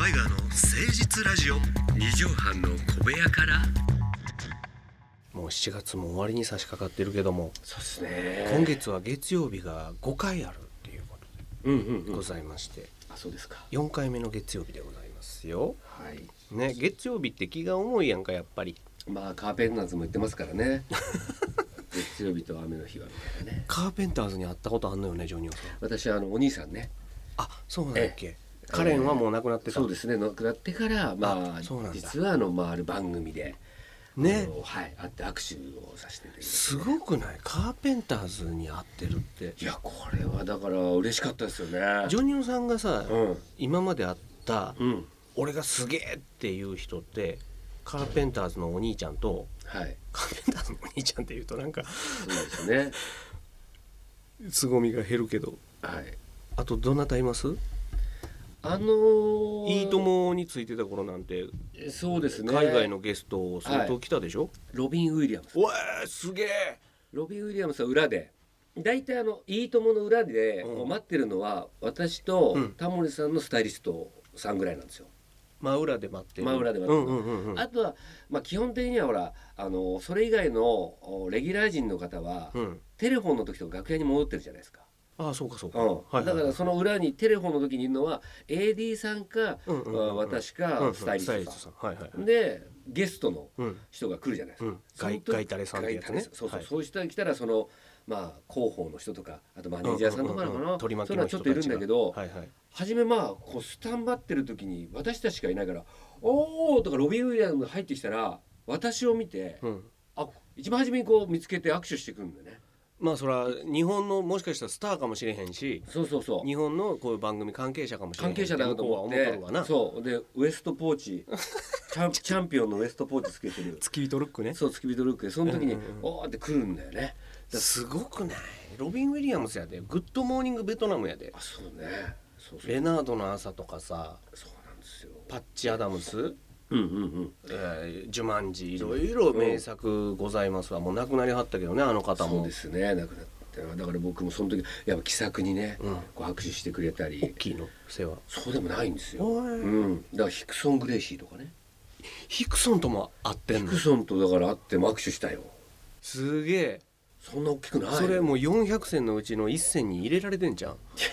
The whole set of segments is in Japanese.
イガーの誠実ラジオ。 二畳半の小部屋から。 もう7月も終わりに差し掛かってるけども、 そうですね、 今月は月曜日が5回あるっていうことでございまして、 あ、そうですか。 4回目の月曜日でございますよ。 はいね、月曜日って気が重いやんか、やっぱり。 まあカーペンターズも言ってますからね月曜日と雨の日はみたいなね。 カーペンターズに会ったことあんのよね、ジョニオさん。 私はお兄さんね。 あ、そうなんだっけ。カレンはもう亡くなってた。 そうですね、亡くなってからそうなんだ。 実はある番組でね、 はい、会って握手をさせていただきました。 すごくない？カーペンターズに会ってるって。 いや、これはだから嬉しかったですよね。 ジョニオさんがさ、今まで会った、俺がすげえっていう人ってカーペンターズのお兄ちゃんと、 はい、 カーペンターズのお兄ちゃんっていうとなんかそうですね凄みが減るけど、 はい、 あとどなたいます？いいともについてた頃なんて、 そうですね、 海外のゲスト相当来たでしょ、はい、 ロビン・ウィリアムス。 おい、すげえ。 ロビン・ウィリアムスは裏で、だいたいいいともの裏で待ってるのは私とタモリさんのスタイリストさんぐらいなんですよ。 真裏で待ってる。 真裏で待ってる。あとは、基本的にはほらそれ以外のレギュラー陣の方は、テレフォンの時とか楽屋に戻ってるじゃないですか。 ああ、そうかそうか、 だからその裏にテレフォンの時にいるのは AD さんか、私かスタイリストさん、でゲストの人が来るじゃないですか。 ガイタレさんってやつね。 そういう人が来たら広報の人とか、あとマネージャーさんとかなのかな、そういうのはちょっといるんだけど、初めスタンバってる時に私たちしかいないから「おー」とかロビン・ウィリアムが入ってきたら私を見て、一番初めに見つけて握手してくるんだよね。 それは日本のもしかしたらスターかもしれへんし、日本のこういう番組関係者かもしれへん。 関係者だと思って、そうでウエストポーチチャンピオンのウエストポーチつけてる付き人ルックね。 そう、付き人ルックでその時におーって来るんだよね。 すごくない？ロビン・ウィリアムスやで、グッドモーニングベトナムやで。 あ、そうね。 レナードの朝とかさ、 そうなんですよ。 パッチ・アダムス、ジュマンジ、いろいろ名作ございますわ。もう亡くなりはったけどね、あの方も。 そうですね、亡くなって。だから僕もその時やっぱ気さくにね、握手してくれたり。 大きいの世話。 そうでもないんですよ。だからヒクソン・グレイシーとかね。 ヒクソンとも会ってんの？ ヒクソンとだから会っても握手したよ。 すげえ。 そんな大きくない。 それもう400戦のうちの1戦に入れられてんじゃん。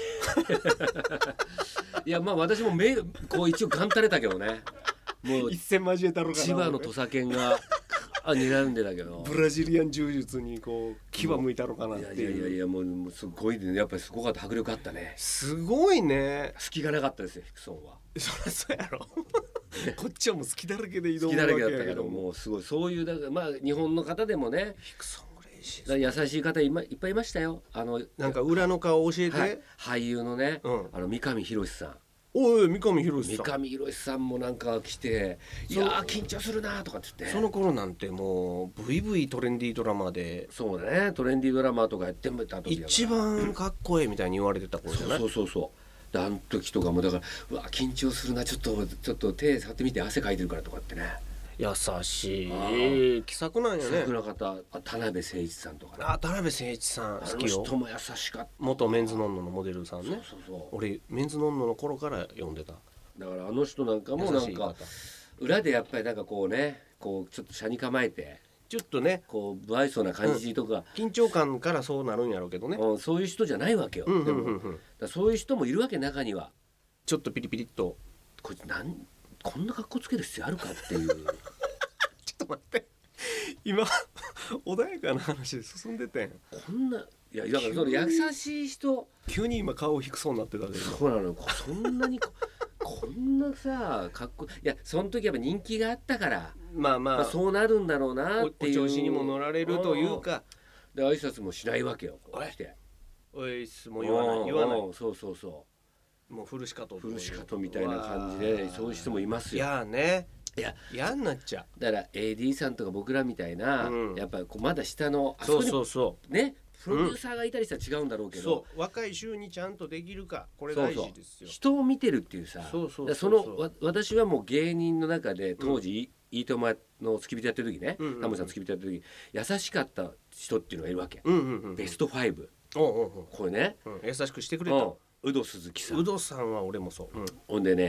いや、私も一応ガン垂れたけどね。もう一戦交えたろかな。 千葉の土佐犬が睨んでたけど、 ブラジリアン柔術に牙向いたろかなっていう。 いやもうすごいね。やっぱりすごかった。迫力あったね。 すごいね。 隙がなかったですよ、ヒクソンは。 そりゃそうやろこっちはもう好きだらけで挑むわけやけど、好きだらけだったけど、もうすごい、そういうだから日本の方でもね、 ヒクソンぐらいし優しい方いっぱいいましたよ。 なんか裏の顔教えて。 俳優のね、三上博史さん。 おい、三上博史さん。 三上博史さんもなんか来て、いやー緊張するなとかって言って。 その頃なんてもう VV トレンディードラマで。 そうだね、トレンディードラマとかやってた時だから、 一番かっこええみたいに言われてた頃じゃない？ そうで、あの時とかもだからうわ緊張するな、ちょっと手触ってみて、汗かいてるからとかってね。 優しい気さくなんやね。 気さくな方。田辺誠一さんとかね。 田辺誠一さん好きよ。 あの人も優しかった。 元メンズノンノのモデルさんね。俺メンズノンノの頃から読んでた。 だからあの人なんかもなんか裏でやっぱりなんかちょっと車に構えてちょっとね不愛想な感じとか、 緊張感からそうなるんやろうけどね、 そういう人じゃないわけよ。でもそういう人もいるわけ、中には。 ちょっとピリピリっと、 こんな格好つける必要あるかっていうちょっと待って、今穏やかな話で進んでてん。 こんな、いやだからその優しい人、 急に今顔引くそうになってたで。 そうなの。そんなにこんなさ格好、いやその時やっぱ人気があったから、そうなるんだろうなっていう。 お調子にも乗られるというか、 で挨拶もしないわけよ。こうしておいっすも言わない。 そうもうフルシカトみたいな感じで、そういう人もいますよ。 いやね、嫌になっちゃう。 だから AD さんとか僕らみたいな、やっぱまだ下のあそこにねプロデューサーがいたりしたら違うんだろうけど、 若い衆にちゃんとできるか、これ大事ですよ。 人を見てるっていうさ。私はもう芸人の中で当時いいともの付き人やってる時ね、タモリさん付き人やってる時優しかった人っていうのがいるわけ。ベスト5。これね、 優しくしてくれた。 ウド鈴木さん。 ウドさんは俺もそう。 ほんでね、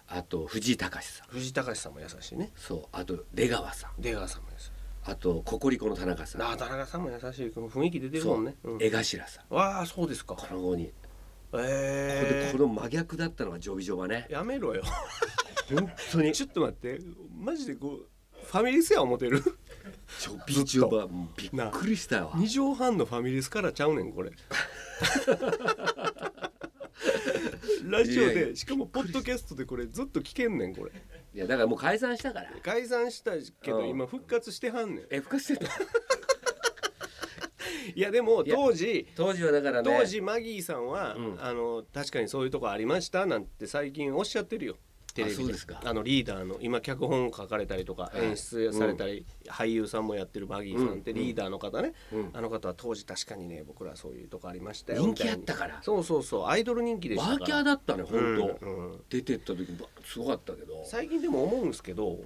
あと藤井隆さん。 藤井隆さんも優しいね。 そう。あと出川さん。 出川さんも優しい。 あとココリコの田中さん。 田中さんも優しい。この雰囲気出てるもんね。 江頭さん。 わあ、そうですか。 この5人。この真逆だったのがジョビジョバね。 やめろよ。 本当に。 ちょっと待って、マジでこうファミレスや思ってる。 ジョビジョバびっくりしたよ。 2畳半のファミレスからちゃうねんこれ。ラジオでしかもポッドキャストでこれずっと聞けんねんこれ。 いやだからもう解散したから。 解散したけど今復活してはんねん。 復活してた。 いやでも当時はだからね、 当時マギーさんは、確かにそういうとこありましたなんて最近おっしゃってるよ。テレビで。 そうですか。 リーダーの今脚本書かれたりとか演出されたり、俳優さんもやってるマギーさんってリーダーの方ね、あの方は当時確かにね、僕らそういうとこありましたよ。 人気あったから。 そうアイドル人気でしたから。 ワーキャーだったね本当。出てった時すごかったけど。 最近でも思うんですけど、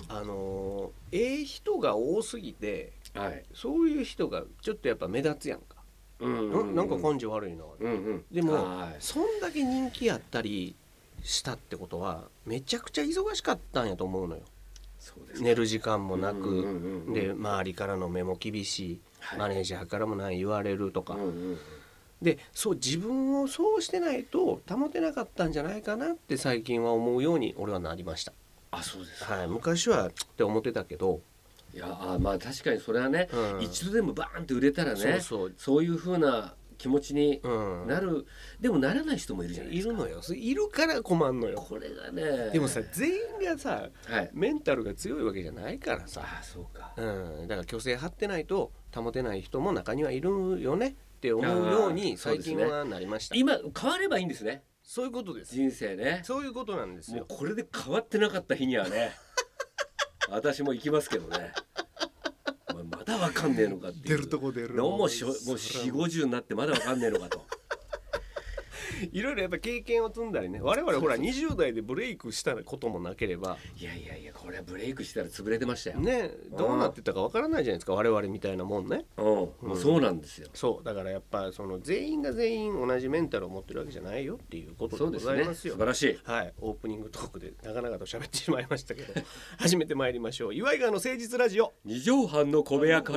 人が多すぎて、そういう人がちょっとやっぱ目立つやんか。なんか感じ悪いな。でもそんだけ人気あったりしたってことはめちゃくちゃ忙しかったんやと思うのよ。 そうです。 寝る時間もなく、で周りからの目も厳しい、マネージャーからも何言われるとか、でそう自分をそうしてないと保てなかったんじゃないかなって最近は思うように俺はなりました。 そうです。 昔はって思ってたけど、 いやまあ確かにそれはね、一度でもバーンって売れたらね、そういう風な気持ちになる、でもならない人もいるじゃないですか。 いるのよ。いるから困んのよ。 これがね。 でもさ、全員がさ、メンタルが強いわけじゃないからさ。 そうか。 だから虚勢張ってないと保てない人も中にはいるよねって思うように最近はなりました。 今変わればいいんですね。 そういうことです。 人生ね。 そういうことなんですよ。 もうこれで変わってなかった日にはね、私も行きますけどね。まだわかんねえのかっていう。 出るとこ出る。 もう4、50になってまだわかんねえのかと。 いろいろやっぱ経験を積んだりね。我々ほら20代でブレイクしたこともなければ、 いやこれはブレイクしたら潰れてましたよね。どうなってたかわからないじゃないですか、我々みたいなもんね。 もうそうなんですよ。 そうだからやっぱその全員が全員同じメンタルを持ってるわけじゃないよっていうことでございますよ。 素晴らしい。 オープニングトークで長々と喋ってしまいましたけど始めてまいりましょう。岩井川の誠実ラジオ。 2畳半の小部屋から。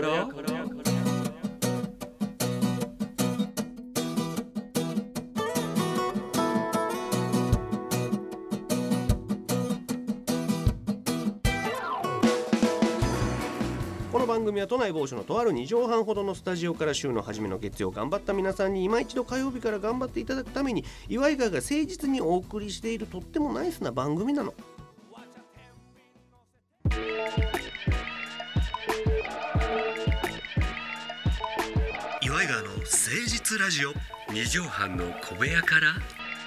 この番組は都内某所のとある2畳半ほどのスタジオから週の初めの月曜頑張った皆さんに今一度火曜日から頑張っていただくために岩井川が誠実にお送りしているとってもナイスな番組なの。 岩井川の誠実ラジオ。2畳半の小部屋から。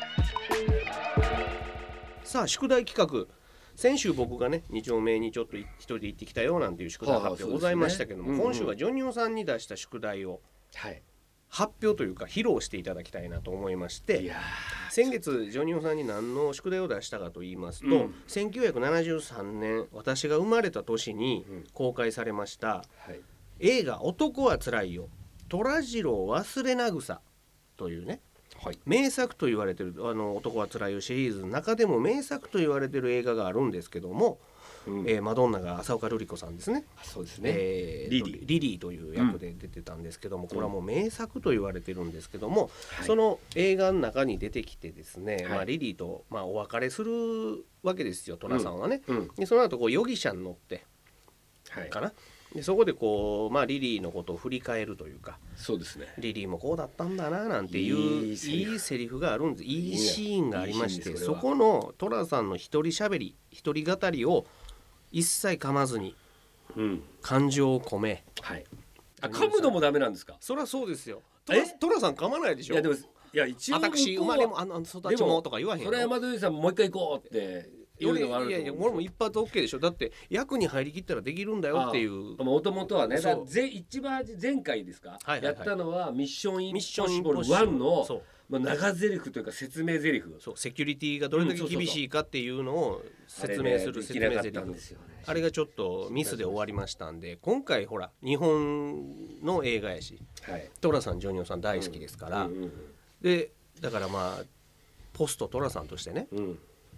さあ宿題企画、先週僕がね2丁目にちょっと一人で行ってきたよなんていう宿題発表ございましたけども、今週はジョニオさんに出した宿題を発表というか披露していただきたいなと思いまして、先月ジョニオさんに何の宿題を出したかと言いますと、1973年私が生まれた年に公開されました、映画男はつらいよ虎次郎忘れなぐさというね、名作と言われてる男はつらいよシリーズの中でも名作と言われてる映画があるんですけども、マドンナが浅岡瑠璃子さんですね。 そうですね。 リリーという役で出てたんですけども、これはもう名作と言われてるんですけども、その映画の中に出てきてですね、リリーとお別れするわけですよ寅さんはね。でその後こう容疑者に乗ってかな、でそこでこう、リリーのことを振り返るというか、 そうですね、 リリーもこうだったんだななんていういいセリフがあるんです。いいシーンがありまして、そこの寅さんの一人喋り一人語りを一切噛まずに、感情を込め、 噛むのもダメなんですか？ そりゃそうですよ。寅さん噛まないでしょ。 いや一応私生まれも育ちもとか言わへんよ。 それは山戸さんもう一回行こうって言うのがあると思う。 いや俺も一発 OK でしょ。だって役に入りきったらできるんだよっていう。 もともとはね、一番前回ですか、やったのはミッションインポッシブル1の長ゼリフというか説明ゼリフ、 セキュリティがどれだけ厳しいかっていうのを説明する説明ゼリフ、あれがちょっとミスで終わりましたんで、今回ほら日本の映画やし、寅さんジョニオさん大好きですから、でだからポスト寅さんとしてね、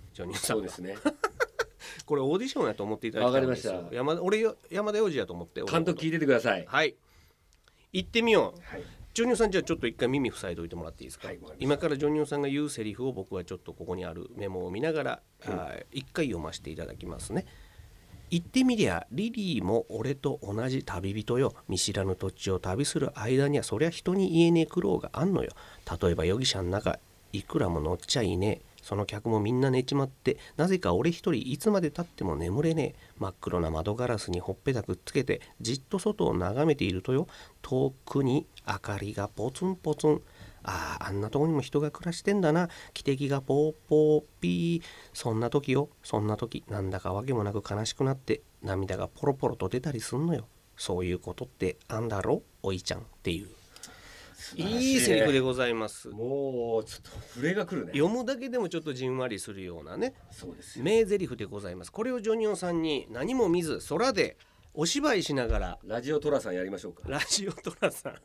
ジョニオさんそうですねこれオーディションやと思っていただきたいんですよ。 わかりました。 俺山田洋次やと思って監督聞いててください。 はい、行ってみよう、 はい、 ジョニオさんじゃあちょっと一回耳塞いでおいてもらっていいですか、 はい、 今からジョニオさんが言うセリフを僕はちょっとここにあるメモを見ながら、一回読ませていただきますね。言ってみりゃリリーも俺と同じ旅人よ。見知らぬ土地を旅する間にはそりゃ人に言えねえ苦労があんのよ。例えば容疑者の中いくらも乗っちゃいねえ。その客もみんな寝ちまってなぜか俺一人いつまでたっても眠れねえ。真っ黒な窓ガラスにほっぺたくっつけてじっと外を眺めているとよ、遠くに明かりがポツンポツン。あんなとこにも人が暮らしてんだな。汽笛がポーポーピー。そんな時よ、そんな時なんだかわけもなく悲しくなって涙がポロポロと出たりすんのよ。そういうことってあんだろおいちゃんっていういいセリフでございます。 もうちょっと震えがくるね。 読むだけでもちょっとじんわりするようなね、 そうですよ、 名台詞でございます。これをジョニオさんに何も見ず空でお芝居しながらラジオトラさんやりましょうか。 ラジオトラさん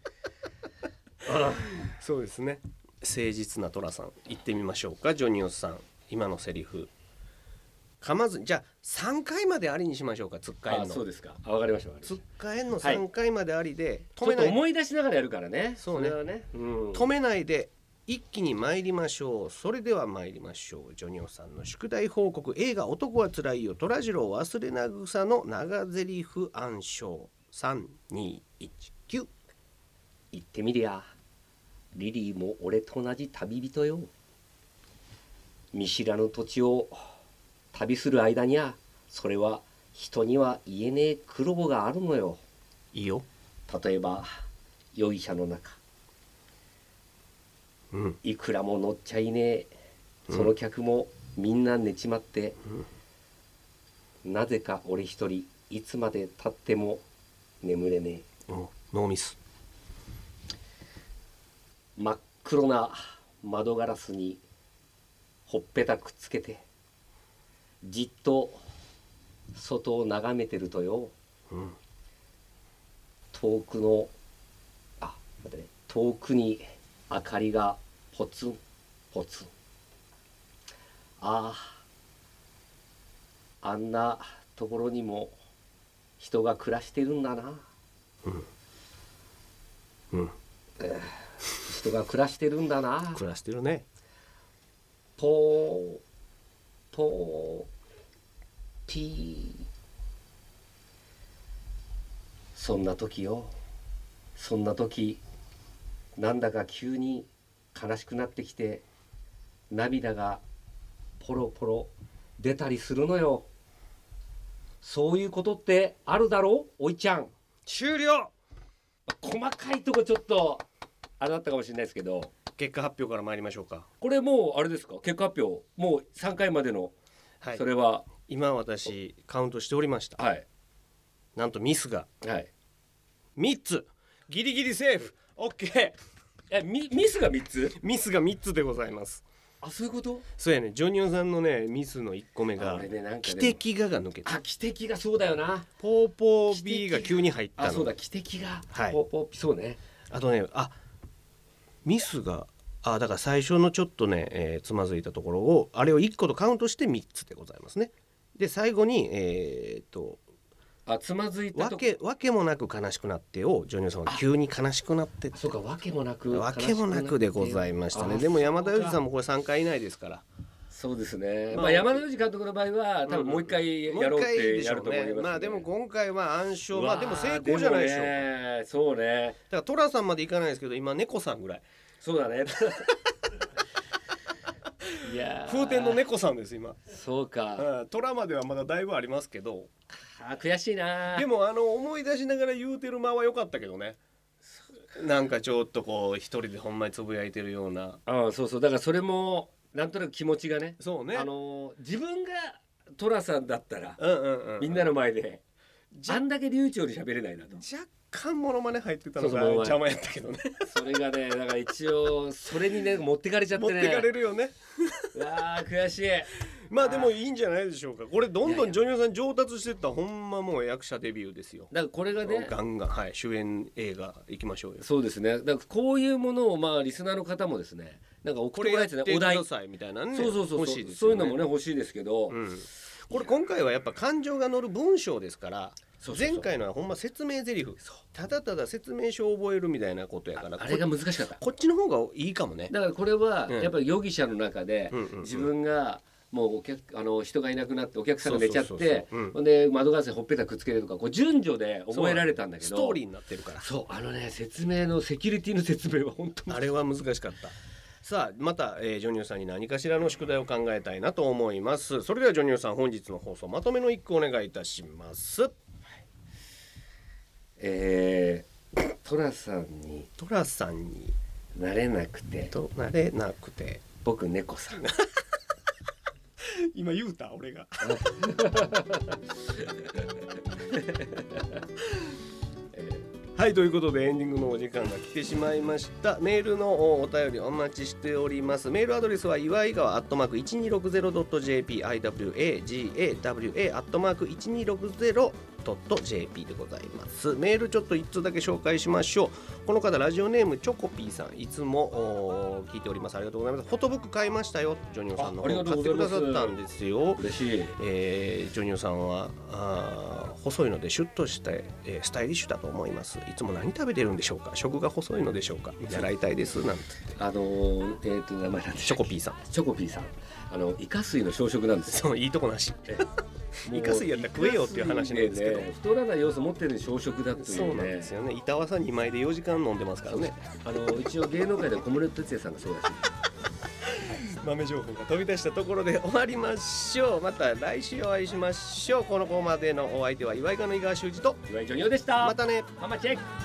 そうですね、誠実なトラさん行ってみましょうか。ジョニオさん今のセリフ噛まずじゃあ3回までありにしましょうか。つっかえんの。 そうですか。わかりました。 つっかえんの3回までありで、 止めない。ちょっと思い出しながらやるからね。 そうね。 それはね、 止めないで一気に参りましょう。それでは参りましょう。ジョニオさんの宿題報告、映画男はつらいよ虎次郎忘れなぐさの長ゼリフ暗唱。3、2、1、9。 言ってみりゃリリーも俺と同じ旅人よ。見知らぬ土地を旅する間にゃそれは人には言えねえ苦労があるのよ。 いいよ。 例えば酔い車の中、いくらも乗っちゃいねえ。その客もみんな寝ちまって、なぜか俺一人いつまでたっても眠れねえ。 ノーミス。 真っ黒な窓ガラスにほっぺたくっつけてじっと外を眺めてるとよ、遠くに明かりがポツンポツン。あんなところにも人が暮らしてるんだな。人が暮らしてるんだな。 暮らしてるね。 ポーポーピー。そんな時よ、そんな時なんだか急に悲しくなってきて涙がポロポロ出たりするのよ。そういうことってあるだろうおいちゃん。 終了。 細かいとこちょっとあれだったかもしれないですけど、 結果発表から参りましょうか。 これもうあれですか、結果発表もう3回までの、はい、それは今私カウントしておりました。はい、なんとミスが、はい、3つ。ギリギリセーフ。 OK。 ミスが3つ。 ミスが3つでございます。 あ、そういうこと。 そうやね。ジョニオさんのねミスの1個目が汽笛が抜けた。 汽笛がそうだよな。 ポーポービーが急に入ったの。 そうだ、汽笛が、はい、ポーポービー。そうね。 あとね、ミスがだから最初のちょっとね、つまずいたところをあれを1個とカウントして3つでございますね。で最後につまずいたとわけもなく悲しくなってをジョニオさんは急に悲しくなってって。 そうか、わけもなくでございましたね。でも山田洋次さんもこれ3回以内ですから。 そうですね。山田洋次監督の場合は多分もう一回やろうってやると思いますね。 でも今回は暗唱、でも成功じゃないでしょう。 そうね。 だから寅さんまでいかないですけど今猫さんぐらい。 そうだね。 いや風天の猫さんです今。 そうか。 虎まではまだだいぶありますけど。 悔しいな。 でも思い出しながら言うてる間は良かったけどね。なんかちょっとこう一人でほんまにつぶやいてるような。 そうそう。だからそれもなんとなく気持ちがね。 そうね。 自分が寅さんだったら、みんなの前であんだけ流暢に喋れないなと。 若干モノマネ入ってたのが邪魔やったけどね。 それがね、だから一応それにね持ってかれちゃってね。 持ってかれるよね。 うわー悔しい。 まあでもいいんじゃないでしょうか。これどんどんジョニオさん上達していったらほんまもう役者デビューですよ。 だからこれがねガンガン、はい、主演映画行きましょうよ。 そうですね。だからこういうものをまあリスナーの方もですねなんか送ってもらえてね、お題くださいみたいなね。 そう欲しいですよね。そういうのもね欲しいですけど、 これ今回はやっぱ感情が乗る文章ですから、前回のはほんま説明台詞、ただただ説明書を覚えるみたいなことやから、 あれが難しかった。 こっちの方がいいかもね。 だからこれはやっぱり容疑者の中で自分がもう人がいなくなってお客さんが寝ちゃってで窓ガラスにほっぺたくっつけるとかこう順序で覚えられたんだけど、 ストーリーになってるから。 そう説明のセキュリティの説明は本当にあれは難しかった。さあまた、ジョニオさんに何かしらの宿題を考えたいなと思います。それではジョニオさん本日の放送まとめの一句お願いいたします。 トラさんになれなくて僕猫さん今言うた俺がはいということでエンディングのお時間が来てしまいました。メールのお便りお待ちしております。メールアドレスは岩井川@1260.jp iwagawa@1260.jp でございます。メールちょっと1通だけ紹介しましょう。この方ラジオネームチョコピーさん、いつも聞いております。ありがとうございます。フォトブック買いましたよ。ジョニオさんの方買ってくださったんですよ。 嬉しい。 ジョニオさんは細いのでシュッとして、スタイリッシュだと思います。いつも何食べてるんでしょうか。食が細いのでしょうか。習いたいですなんて。 名前なんでチョコピーさん。 イカ水の小食なんですよ。 そういいとこなし。イカ水やったら食えよっていう話なんですけど、 太らない要素持ってる小食だっていうね。 そうなんですよね。板わさ2枚で4時間飲んでますからね。 一応芸能界で小室哲哉さんがそうらしい。 豆情報が飛び出したところで終わりましょう。また来週お会いしましょう。この子までのお相手は岩井川の井川修司と岩井ジョニオでした。 またね。 ハマチェック。